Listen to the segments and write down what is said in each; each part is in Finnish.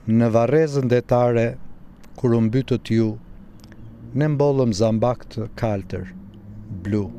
Në varrezën detare, kur u mbytët ju, ne mbollëm zambak të kaltër, blu.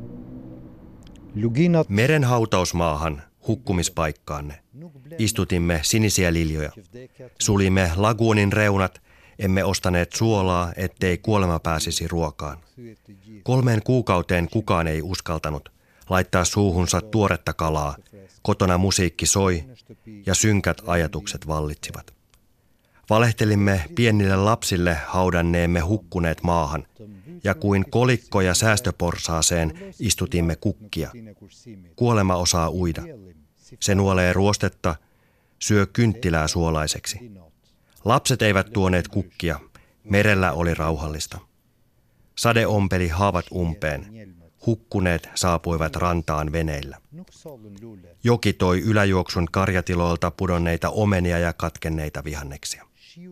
Luginat Meren hautausmaahan, hukkumispaikkaanne. Istutimme sinisiä liljoja. Sulimme laguunin reunat, emme ostaneet suolaa, ettei kuolema pääsisi ruokaan. 3 kuukauteen kukaan ei uskaltanut laittaa suuhunsa tuoretta kalaa. Kotona musiikki soi ja synkät ajatukset vallitsivat. Valehtelimme pienille lapsille haudanneemme hukkuneet maahan, ja kuin kolikkoja säästöporsaaseen istutimme kukkia. Kuolema osaa uida. Se nuolee ruostetta, syö kynttilää suolaiseksi. Lapset eivät tuoneet kukkia, merellä oli rauhallista. Sade ompeli haavat umpeen. Hukkuneet saapuivat rantaan veneillä. Joki toi yläjuoksun karjatiloilta pudonneita omenia ja katkenneita vihanneksia.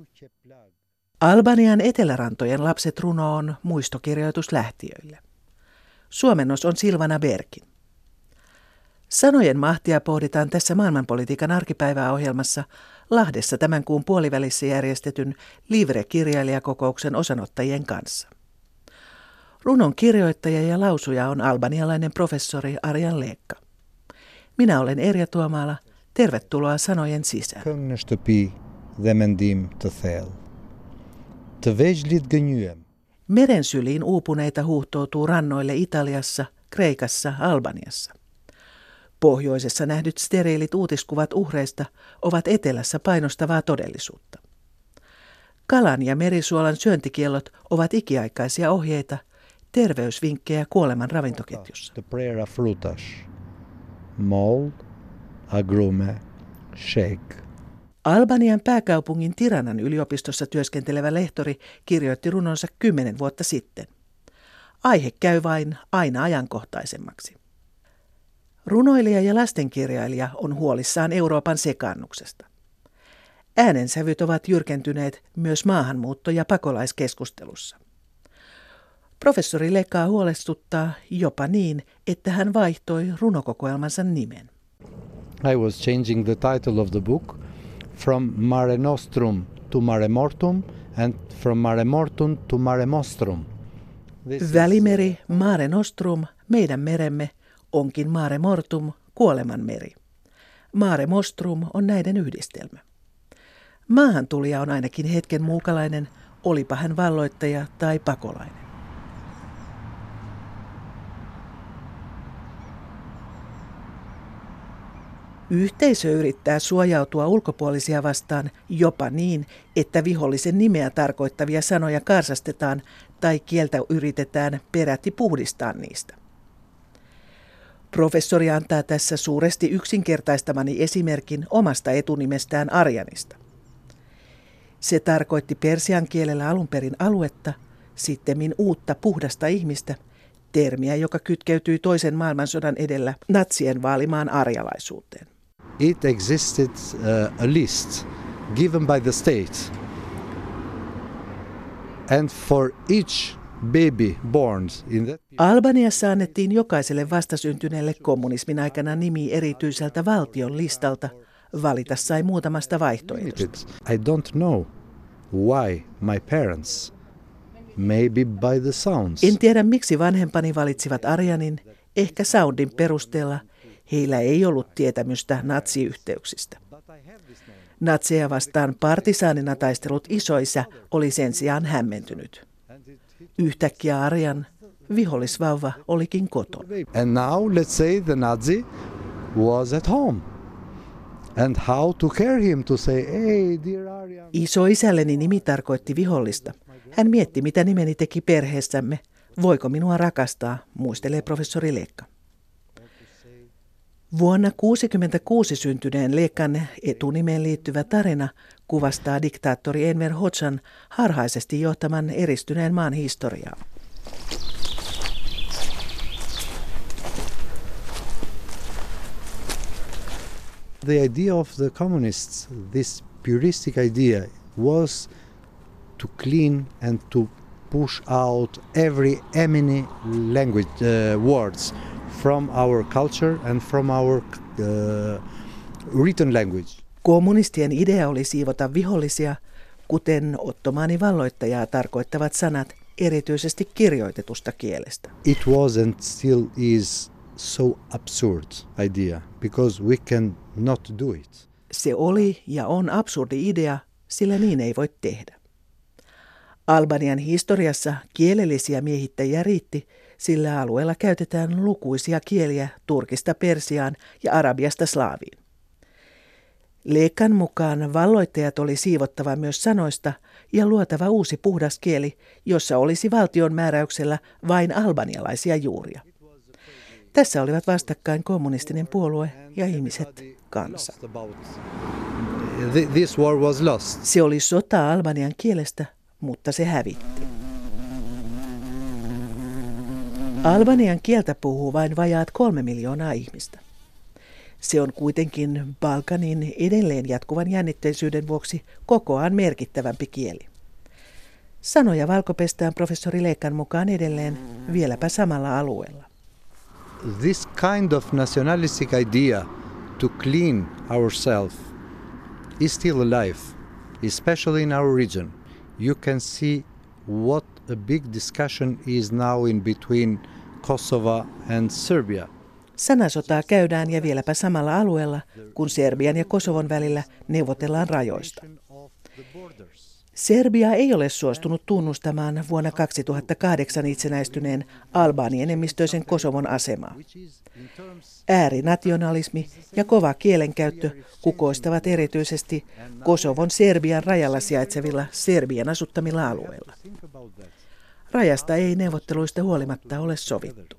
Albanian etelärantojen lapset runo on muistokirjoitus lähtiöille. Suomennos on Silvana Bergin. Sanojen mahtia pohditaan tässä maailmanpolitiikan arkipäiväohjelmassa Lahdessa tämän kuun puolivälissä järjestetyn Livre-kirjailijakokouksen osanottajien kanssa. Runon kirjoittaja ja lausuja on albanialainen professori Arjan Leekka. Minä olen Erja Tuomaala. Tervetuloa Sanojen sisään. Këngë në shtëpi dhe mendim të thellë. Të vegjlit gënyem. Meren syliin uupuneita huuhtoutuu rannoille Italiassa, Kreikassa, Albaniassa. Pohjoisessa nähdyt steriilit uutiskuvat uhreista ovat etelässä painostavaa todellisuutta. Kalan ja merisuolan syöntikiellot ovat ikiaikaisia ohjeita, terveysvinkkejä kuoleman ravintoketjussa. Të prera frutash, mold, agrume, shake. Albanian pääkaupungin Tiranan yliopistossa työskentelevä lehtori kirjoitti runonsa 10 vuotta sitten. Aihe käy vain aina ajankohtaisemmaksi. Runoilija ja lastenkirjailija on huolissaan Euroopan sekaannuksesta. Äänensävyt ovat jyrkentyneet myös maahanmuutto- ja pakolaiskeskustelussa. Professori Leekkaa huolestuttaa jopa niin, että hän vaihtoi runokokoelmansa nimen. I was changing the title of the book from Mare Nostrum to Mare Mortum and from Mare Mortum to Mare Nostrum. Välimeri, Mare Nostrum, meidän meremme, onkin Mare Mortum, kuolemanmeri. Mare Nostrum on näiden yhdistelmä. Maahantulija on ainakin hetken muukalainen, olipa hän valloittaja tai pakolainen. Yhteisö yrittää suojautua ulkopuolisia vastaan jopa niin, että vihollisen nimeä tarkoittavia sanoja karsastetaan tai kieltä yritetään peräti puhdistaa niistä. Professori antaa tässä suuresti yksinkertaistamani esimerkin omasta etunimestään Arjanista. Se tarkoitti persian kielellä alun perin aluetta, sittemmin uutta puhdasta ihmistä, termiä, joka kytkeytyi toisen maailmansodan edellä natsien vaalimaan arjalaisuuteen. It existed a list given by the state. And for each baby born in that... Albaniassa annettiin jokaiselle vastasyntyneelle kommunismin aikana nimi erityiseltä valtion listalta. Valita sai muutamasta vaihtoehdosta. I don't know why my parents, maybe by the sounds. En tiedä miksi vanhempani valitsivat Arjanin, ehkä soundin perusteella. Heillä ei ollut tietämystä natsiyhteyksistä. Natseja vastaan partisaanina taistellut isoisä oli sen sijaan hämmentynyt. Yhtäkkiä Arjan vihollisvauva olikin kotona. And now let's say the Nazi was at home. And how to care him to say, hey, dear Arjan. Isoisälleni nimi tarkoitti vihollista. Hän mietti, mitä nimeni teki perheessämme. Voiko minua rakastaa, muistelee professori Leekka. Vuonna 1966 syntyneen Leekan etunimeen liittyvä tarina kuvastaa diktaattori Enver Hoxhan harhaisesti johtaman eristyneen maan historiaa. The idea of the communists, this puristic idea, was to clean and to push out every enemy language words from our culture and from our written language. Kommunistien idea oli siivota vihollisia, kuten ottomaanivalloittajaa tarkoittavat sanat erityisesti kirjoitetusta kielestä. It was and still is so absurd idea because we can not do it. Se oli ja on absurdi idea, sillä niin ei voi tehdä. Albanian historiassa kielellisiä miehittäjiä riitti, sillä alueella käytetään lukuisia kieliä Turkista Persiaan ja Arabiasta Slaaviin. Lekan mukaan valloittajat oli siivottava myös sanoista ja luotava uusi puhdas kieli, jossa olisi valtion määräyksellä vain albanialaisia juuria. Tässä olivat vastakkain kommunistinen puolue ja ihmiset kansa. This war was lost. Se oli sota albanian kielestä, mutta se hävitti. Albanian kieltä puhuu vain vajaat 3 miljoonaa ihmistä. Se on kuitenkin Balkanin edelleen jatkuvan jännitteisyyden vuoksi kokoaan merkittävämpi kieli. Sanoja valkopestään professori Lekan mukaan edelleen vieläpä samalla alueella. This kind of nationalistic idea to clean ourselves is still alive, especially in our region. You can see what a big discussion is now in between Kosovo and Serbia. Sanasotaa käydään ja vieläpä samalla alueella, kun Serbian ja Kosovon välillä neuvotellaan rajoista. Serbia ei ole suostunut tunnustamaan vuonna 2008 itsenäistyneen albaanienemmistöisen Kosovon asemaa. Äärinationalismi ja kova kielenkäyttö kukoistavat erityisesti Kosovon Serbian rajalla sijaitsevilla Serbian asuttamilla alueilla. Rajasta ei neuvotteluista huolimatta ole sovittu.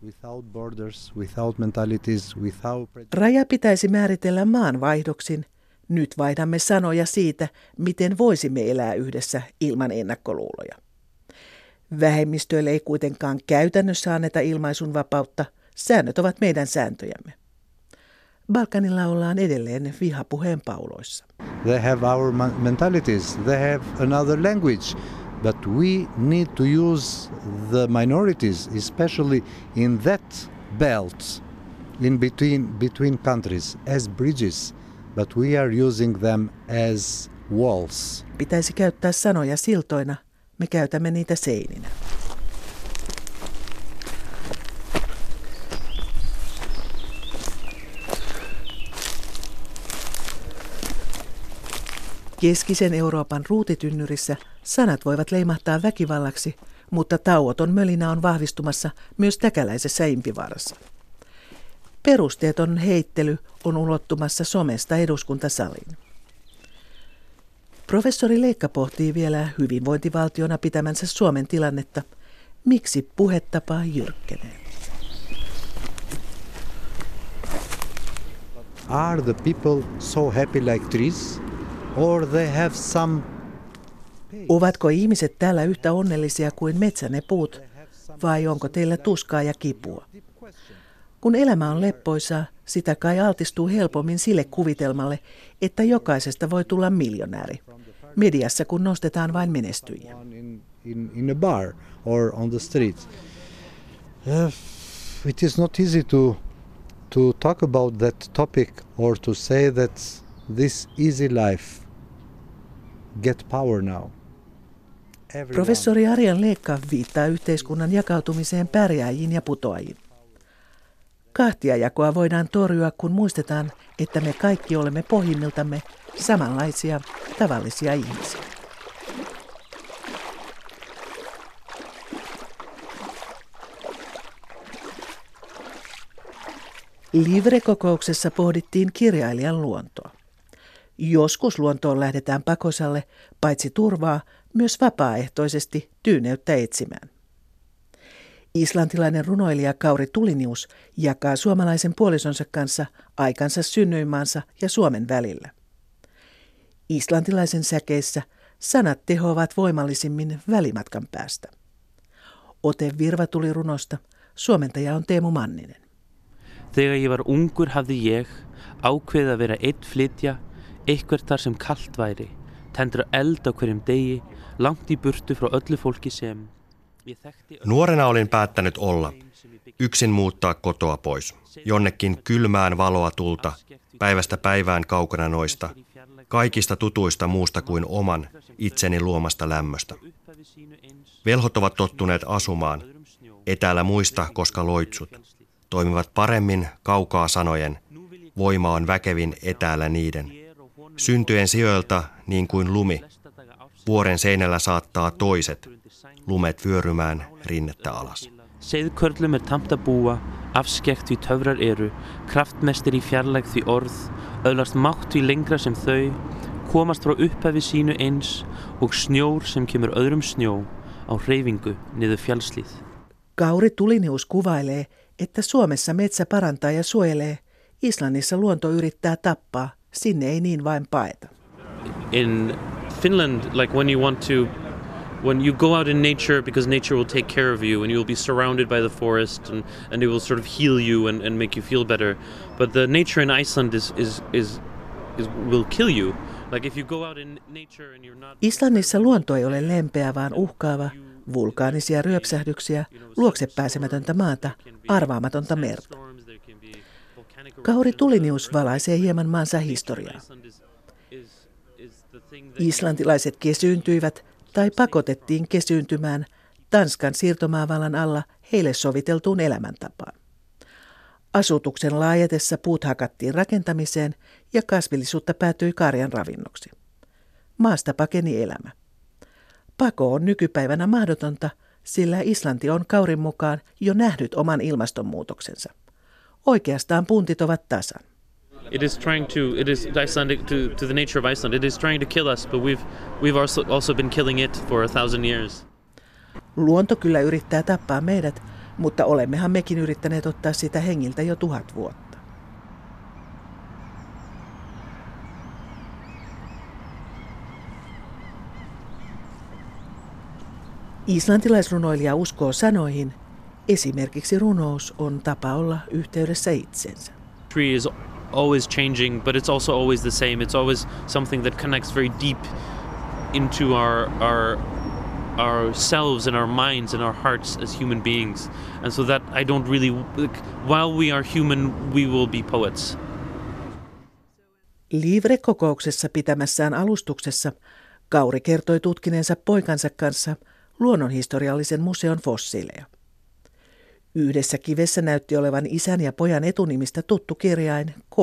Raja pitäisi määritellä maanvaihdoksin. Nyt vaihdamme sanoja siitä, miten voisimme elää yhdessä ilman ennakkoluuloja. Vähemmistöille ei kuitenkaan käytännössä anneta ilmaisun vapautta. Säännöt ovat meidän sääntöjämme. Balkanilla ollaan edelleen vihapuheen pauloissa. They have our mentalities, they have another language, but we need to use the minorities, especially in that belt, in between countries, as bridges, but we are using them as walls. Pitäisi käyttää sanoja siltoina, me käytämme niitä seininä. Keskisen Euroopan ruutitynnyrissä sanat voivat leimahtaa väkivallaksi, mutta tauoton mölinä on vahvistumassa myös täkäläisessä Impivaarassa. Perusteeton heittely on ulottumassa somesta eduskuntasaliin. Professori Leikka pohtii vielä hyvinvointivaltiona pitämänsä Suomen tilannetta. Miksi puhetapa jyrkkenee? Are the people so happy like trees, or they have some? Ovatko ihmiset täällä yhtä onnellisia kuin metsänne puut, vai onko teillä tuskaa ja kipua? Kun elämä on leppoisaa, sitä kai altistuu helpommin sille kuvitelmalle, että jokaisesta voi tulla miljonääri. Mediassa kun nostetaan vain menestyjiä. In a bar or on the street. It is not easy to talk about that topic or to say that this easy life get power now. Professori Arjan Leikka viittaa yhteiskunnan jakautumiseen pärjääjiin ja putoajiin. Kahtiajakoa voidaan torjua, kun muistetaan, että me kaikki olemme pohjimmiltamme samanlaisia tavallisia ihmisiä. Livre-kokouksessa pohdittiin kirjailijan luontoa. Joskus luontoon lähdetään pakosalle, paitsi turvaa, myös vapaaehtoisesti tyyneyttä etsimään. Islantilainen runoilija Kauri Tulinius jakaa suomalaisen puolisonsa kanssa aikansa synnyinmaansa ja Suomen välillä. Islantilaisen säkeissä sanat tehoavat voimallisimmin välimatkan päästä. Ote virvatulirunosta. Suomentaja on Teemu Manninen. Þegar ég var ungur hafði ég ákveðið að vera einn flytja, eitthvert þar sem kalt væri, tendra eld á hverjum degi, langt í burtu frá öllu fólki sem ég þekkti. Nuorena olin päättänyt olla, yksin muuttaa kotoa pois, jonnekin kylmään valoa tulta, päivästä päivään kaukana noista, kaikista tutuista muusta kuin oman itseni luomasta lämmöstä. Velhot ovat tottuneet asumaan etäällä muista, koska loitsut toimivat paremmin kaukaa sanojen. Voima on väkevin etäällä niiden. Syntyjen sijoilta niin kuin lumi. Vuoren seinällä saattaa toiset lumet vyörymään rinnettä alas. Seiðkörlum tamt að búa, afskekt því töfrar eru, kraftmestir í fjarlægð því orð, öðlast mátt því lengra sem þau, komast frá upphafi sínu eins og snjór sem kemur öðrum snjó á hreyfingu niður fjallslíð. Kauri Tulinius kuvailee, että Suomessa metsä parantaa ja suojelee, Islannissa luonto yrittää tappaa, sinne ei niin vain paeta. In Finland, like when you go out in nature, because nature will take care of you and you will be surrounded by the forest and it will sort of heal you and make you feel better. But the nature in Iceland will kill you. Like if you go out in nature and you're not... Islannissa luonto ei ole lempeä, vaan uhkaava, vulkaanisia ryöpsähdyksiä, luokse pääsemätöntä maata, arvaamatonta merta. Kauri Tulinius valaisee hieman maansa historiaa. Islantilaiset kesyyntyivät tai pakotettiin kesyyntymään Tanskan siirtomaavallan alla heille soviteltuun elämäntapaan. Asutuksen laajetessa puut hakattiin rakentamiseen ja kasvillisuutta päätyi karjan ravinnoksi. Maasta pakeni elämä. Pako on nykypäivänä mahdotonta, sillä Islanti on Kaurin mukaan jo nähnyt oman ilmastonmuutoksensa. Oikeastaan puntit ovat tasan. It is Icelandic to the nature of Iceland. It is trying to kill us, but we've also been killing it for 1,000 years. Luonto kyllä yrittää tappaa meidät, mutta olemmehan mekin yrittäneet ottaa sitä hengiltä jo 1000 vuotta. Islantilaisrunoilija uskoo sanoihin, esimerkiksi runous on tapa olla yhteydessä itsensä. Tree is always changing, but it's also always the same. It's always something that connects very deep into ourselves and our minds and our hearts as human beings. And so that I don't really, while we are human, we will be poets. Livre-kokouksessa pitämässään alustuksessa Kauri kertoi tutkineensa poikansa kanssa luonnonhistoriallisen museon fossiileja. Yhdessä kivessä näytti olevan isän ja pojan etunimistä tuttu kirjain K.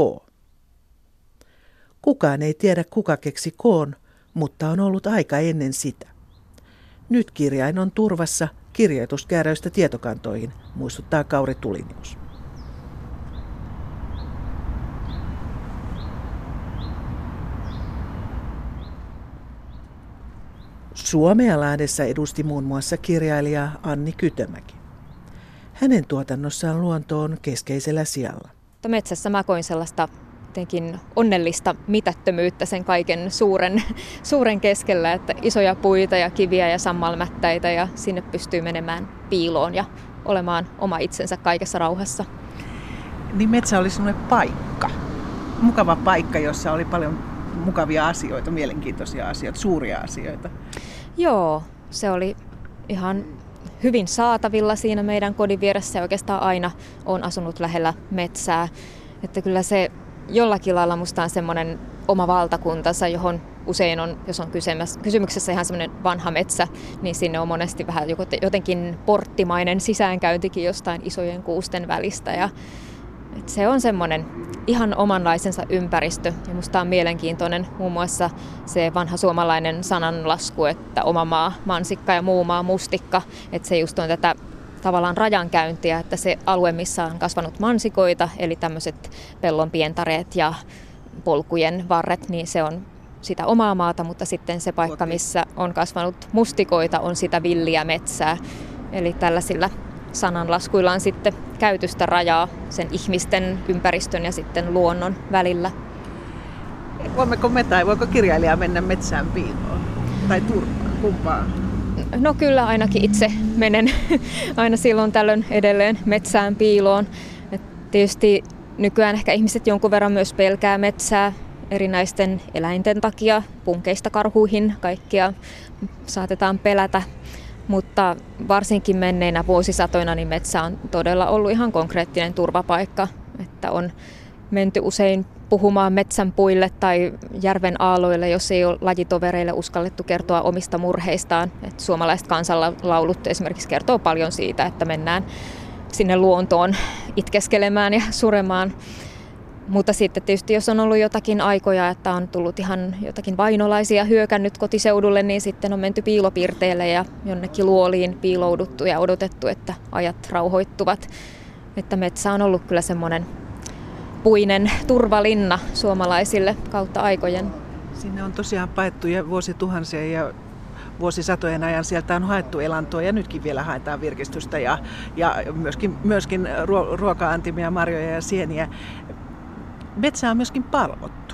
Kukaan ei tiedä, kuka keksi K:n, mutta on ollut aika ennen sitä. Nyt kirjain on turvassa kirjoituskääröistä tietokantoihin, muistuttaa Kauri Tulinius. Suomea-Lahdessa edusti muun muassa kirjailija Anni Kytömäki. Hänen tuotannossaan luonto on keskeisellä sijalla. Metsässä mä koin sellaista jotenkin onnellista mitättömyyttä sen kaiken suuren keskellä, että isoja puita ja kiviä ja sammalmättäitä ja sinne pystyy menemään piiloon ja olemaan oma itsensä kaikessa rauhassa. Niin metsä oli sinulle paikka, mukava paikka, jossa oli paljon mukavia asioita, mielenkiintoisia asioita, suuria asioita. Joo, se oli ihan hyvin saatavilla siinä meidän kodin vieressä ja oikeastaan aina olen asunut lähellä metsää. Että kyllä se jollakin lailla musta on semmoinen oma valtakuntansa, johon usein on, jos on kysymyksessä ihan semmoinen vanha metsä, niin sinne on monesti vähän jotenkin porttimainen sisäänkäyntikin jostain isojen kuusten välistä. Ja se on semmoinen ihan omanlaisensa ympäristö ja musta on mielenkiintoinen muun muassa se vanha suomalainen sananlasku, että oma maa mansikka ja muu maa mustikka, että se just on tätä tavallaan rajankäyntiä, että se alue, missä on kasvanut mansikoita, eli tämmöiset pellon pientareet ja polkujen varret, niin se on sitä omaa maata, mutta sitten se paikka, missä on kasvanut mustikoita, on sitä villiä metsää, eli tällaisilla sananlaskuilla on sitten käytöstä rajaa sen ihmisten, ympäristön ja sitten luonnon välillä. Voimmeko me tai voiko kirjailija mennä metsään piiloon tai turvaan, kumpaan? No kyllä ainakin itse menen aina silloin tällöin edelleen metsään piiloon. Et tietysti nykyään ehkä ihmiset jonkun verran myös pelkää metsää erinäisten eläinten takia, punkeista karhuihin, kaikkia saatetaan pelätä. Mutta varsinkin menneinä vuosisatoina niin metsä on todella ollut ihan konkreettinen turvapaikka, että on menty usein puhumaan metsän puille tai järven aaloille, jos ei ole lajitovereille uskallettu kertoa omista murheistaan. Et suomalaiset kansanlaulut esimerkiksi kertoo paljon siitä, että mennään sinne luontoon itkeskelemään ja suremaan. Mutta sitten tietysti jos on ollut jotakin aikoja, että on tullut ihan jotakin vainolaisia hyökännyt kotiseudulle, niin sitten on menty piilopirteille ja jonnekin luoliin piilouduttu ja odotettu, että ajat rauhoittuvat. Että metsä on ollut kyllä semmoinen puinen turvalinna suomalaisille kautta aikojen. Sinne on tosiaan paettu ja vuosituhansia ja vuosisatojen ajan sieltä on haettu elantoa ja nytkin vielä haetaan virkistystä ja myöskin ruoka-antimia, marjoja ja sieniä. Metsä on myöskin palvottu.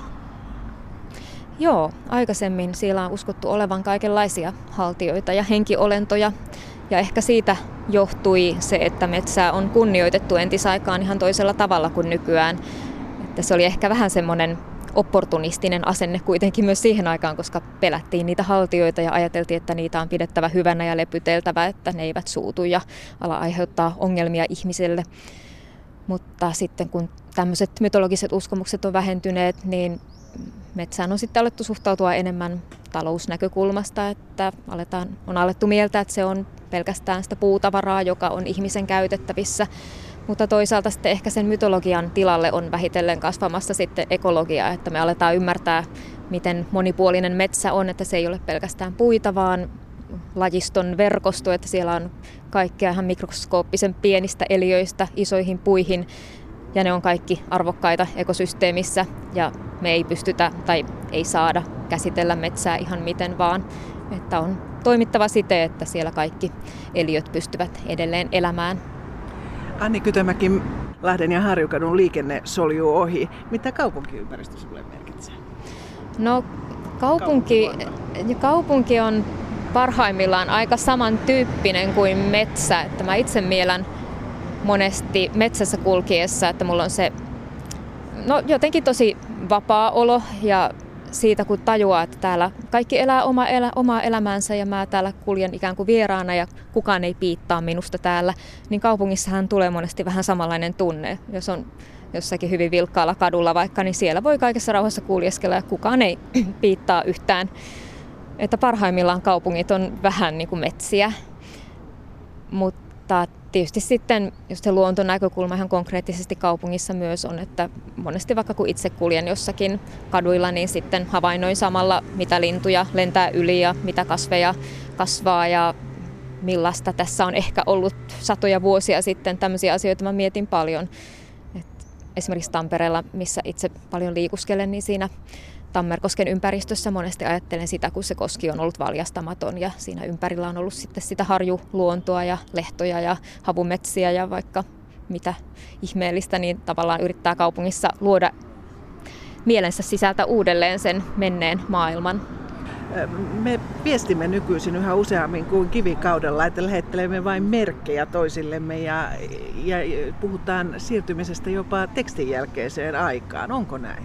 Joo, aikaisemmin siellä on uskottu olevan kaikenlaisia haltioita ja henkiolentoja. Ja ehkä siitä johtui se, että metsää on kunnioitettu entisaikaan ihan toisella tavalla kuin nykyään. Että se oli ehkä vähän semmoinen opportunistinen asenne kuitenkin myös siihen aikaan, koska pelättiin niitä haltioita ja ajateltiin, että niitä on pidettävä hyvänä ja lepyteltävä, että ne eivät suutu ja ala aiheuttaa ongelmia ihmisille. Mutta sitten kun tämmöiset mytologiset uskomukset on vähentyneet, niin metsään on sitten alettu suhtautua enemmän talousnäkökulmasta, että on alettu mieltä, että se on pelkästään sitä puutavaraa, joka on ihmisen käytettävissä. Mutta toisaalta sitten ehkä sen mytologian tilalle on vähitellen kasvamassa sitten ekologia, että me aletaan ymmärtää, miten monipuolinen metsä on, että se ei ole pelkästään puita, vaan lajiston verkosto, että siellä on kaikkea ihan mikroskooppisen pienistä eliöistä isoihin puihin, ja ne on kaikki arvokkaita ekosysteemissä, ja me ei pystytä tai ei saada käsitellä metsää ihan miten vaan, että on toimittava siten, että siellä kaikki eliöt pystyvät edelleen elämään. Anni Kytömäki, Lahden ja Harjukadun liikenne soljuu ohi. Mitä kaupunkiympäristö sinulle merkitsee? No kaupunki on parhaimmillaan aika samantyyppinen kuin metsä. Että mä itse miellän monesti metsässä kulkiessa, että mulla on se jotenkin tosi vapaa olo ja siitä kun tajuaa, että täällä kaikki elää omaa elämäänsä ja mä täällä kuljen ikään kuin vieraana ja kukaan ei piittaa minusta täällä, niin kaupungissahan tulee monesti vähän samanlainen tunne. Jos on jossakin hyvin vilkkaalla kadulla vaikka, niin siellä voi kaikessa rauhassa kuljeskella ja kukaan ei piittaa yhtään. Että parhaimmillaan kaupungit on vähän niin kuin metsiä, mutta tietysti sitten just se luontonäkökulma ihan konkreettisesti kaupungissa myös on, että monesti vaikka kun itse kuljen jossakin kaduilla, niin sitten havainnoin samalla, mitä lintuja lentää yli ja mitä kasveja kasvaa ja millaista tässä on ehkä ollut satoja vuosia sitten. Tämmöisiä asioita mä mietin paljon. Esimerkiksi Tampereella, missä itse paljon liikuskelen, niin siinä Tammerkosken ympäristössä monesti ajattelen sitä, kun se koski on ollut valjastamaton ja siinä ympärillä on ollut sitten sitä harjuluontoa ja lehtoja ja havumetsiä ja vaikka mitä ihmeellistä, niin tavallaan yrittää kaupungissa luoda mielensä sisältä uudelleen sen menneen maailman. Me viestimme nykyisin yhä useammin kuin kivikaudella, että lähettelemme vain merkkejä toisillemme ja puhutaan siirtymisestä jopa tekstin jälkeiseen aikaan. Onko näin?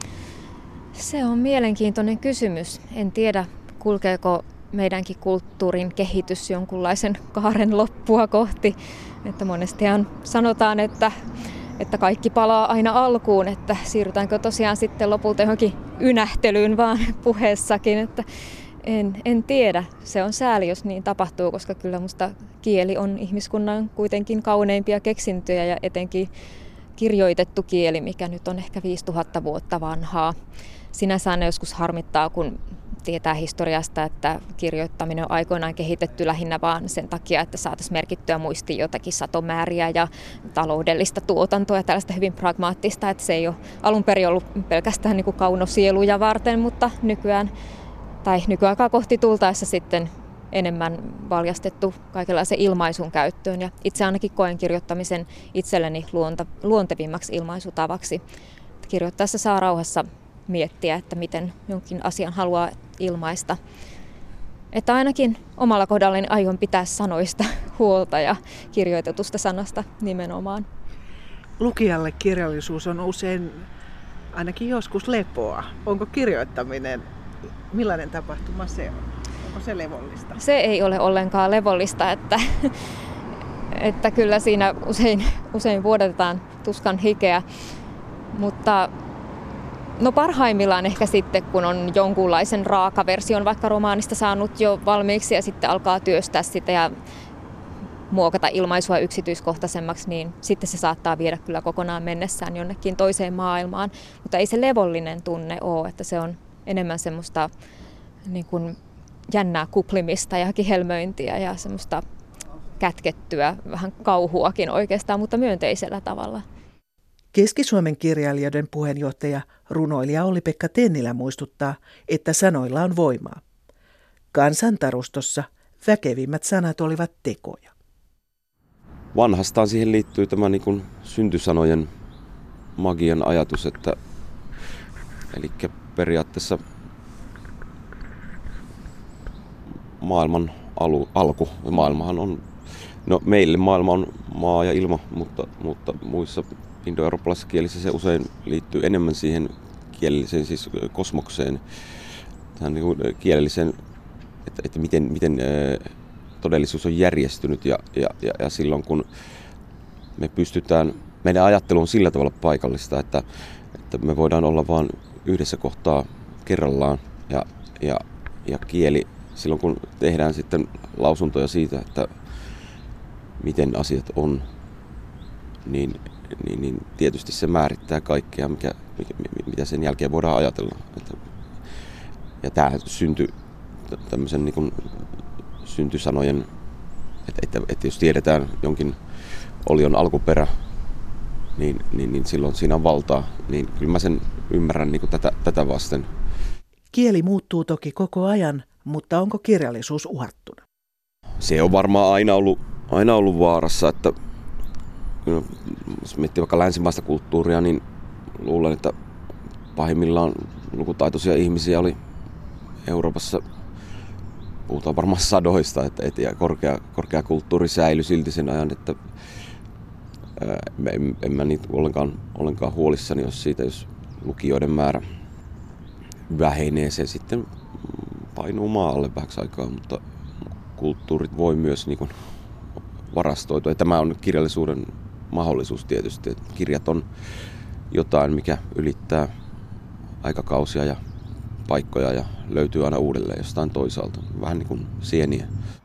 Se on mielenkiintoinen kysymys. En tiedä, kulkeeko meidänkin kulttuurin kehitys jonkunlaisen kaaren loppua kohti. Että monestihan sanotaan, että kaikki palaa aina alkuun, että siirrytäänkö tosiaan sitten lopulta johonkin ynähtelyyn vaan puheessakin. Että en tiedä. Se on sääli, jos niin tapahtuu, koska kyllä musta kieli on ihmiskunnan kuitenkin kauneimpia keksintöjä ja etenkin kirjoitettu kieli, mikä nyt on ehkä 5000 vuotta vanhaa. Sinänsä aina joskus harmittaa, kun tietää historiasta, että kirjoittaminen on aikoinaan kehitetty lähinnä vaan sen takia, että saataisiin merkittyä muistiin jotakin satomääriä ja taloudellista tuotantoa ja tällaista hyvin pragmaattista, että se ei ole alun perin ollut pelkästään niin kuin kaunosieluja varten, mutta nykyaikaa kohti tultaessa sitten enemmän valjastettu kaikenlaisen ilmaisun käyttöön ja itse ainakin koen kirjoittamisen itselleni luontevimmaksi ilmaisutavaksi. Kirjoittaessa saa rauhassa miettiä, että miten jonkin asian haluaa ilmaista. Että ainakin omalla kohdallani aion pitää sanoista huolta ja kirjoitetusta sanasta nimenomaan. Lukijalle kirjallisuus on usein ainakin joskus lepoa. Onko kirjoittaminen, millainen tapahtuma se on? Onko se levollista? Se ei ole ollenkaan levollista, että kyllä siinä usein vuodatetaan tuskan hikeä, mutta No parhaimmillaan ehkä sitten, kun on jonkunlaisen raakaversion vaikka romaanista saanut jo valmiiksi ja sitten alkaa työstää sitä ja muokata ilmaisua yksityiskohtaisemmaksi, niin sitten se saattaa viedä kyllä kokonaan mennessään jonnekin toiseen maailmaan. Mutta ei se levollinen tunne ole, että se on enemmän semmoista niin kuin jännää kuplimista ja kihelmöintiä ja semmoista kätkettyä vähän kauhuakin oikeastaan, mutta myönteisellä tavalla. Keski-Suomen kirjailijoiden puheenjohtaja, runoilija Olli-Pekka Tennilä muistuttaa, että sanoilla on voimaa. Kansantarustossa väkevimmät sanat olivat tekoja. Vanhastaan siihen liittyy tämä niin kuin syntysanojen magian ajatus, että eli periaatteessa maailman alku. Maailmahan on, no meille maailma on maa ja ilma, mutta muissa indoeurooppalaisissa kielissä se usein liittyy enemmän siihen kielelliseen, siis kosmokseen, tähän niin kuin kielelliseen, että miten todellisuus on järjestynyt ja silloin kun me pystytään, meidän ajattelu on sillä tavalla paikallista, että me voidaan olla vain yhdessä kohtaa kerrallaan ja kieli, silloin kun tehdään sitten lausuntoja siitä, että miten asiat on, niin tietysti se määrittää kaikkea, mitä sen jälkeen voidaan ajatella. Ja tämä syntyi tämmöisen niin kuin syntysanojen, että jos tiedetään jonkin olion alkuperä, niin silloin siinä on valtaa. Niin kyllä mä sen ymmärrän niin kuin tätä vasten. Kieli muuttuu toki koko ajan, mutta onko kirjallisuus uhattuna? Se on varmaan aina ollut vaarassa, että jos miettii vaikka länsimaista kulttuuria, niin luulen, että pahimmillaan lukutaitoisia ihmisiä oli Euroopassa, puhutaan varmaan sadoista, ja korkea kulttuuri säilyi silti sen ajan, että en mä niitä ollenkaan huolissani, jos lukijoiden määrä vähenee, se sitten painuu maalle vähäksi aikaa, mutta kulttuurit voi myös niin kuin varastoitua. Ja tämä on kirjallisuuden mahdollisuus tietysti, että kirjat on jotain, mikä ylittää aikakausia ja paikkoja ja löytyy aina uudelleen jostain toisaalta. Vähän niin kuin sieniä.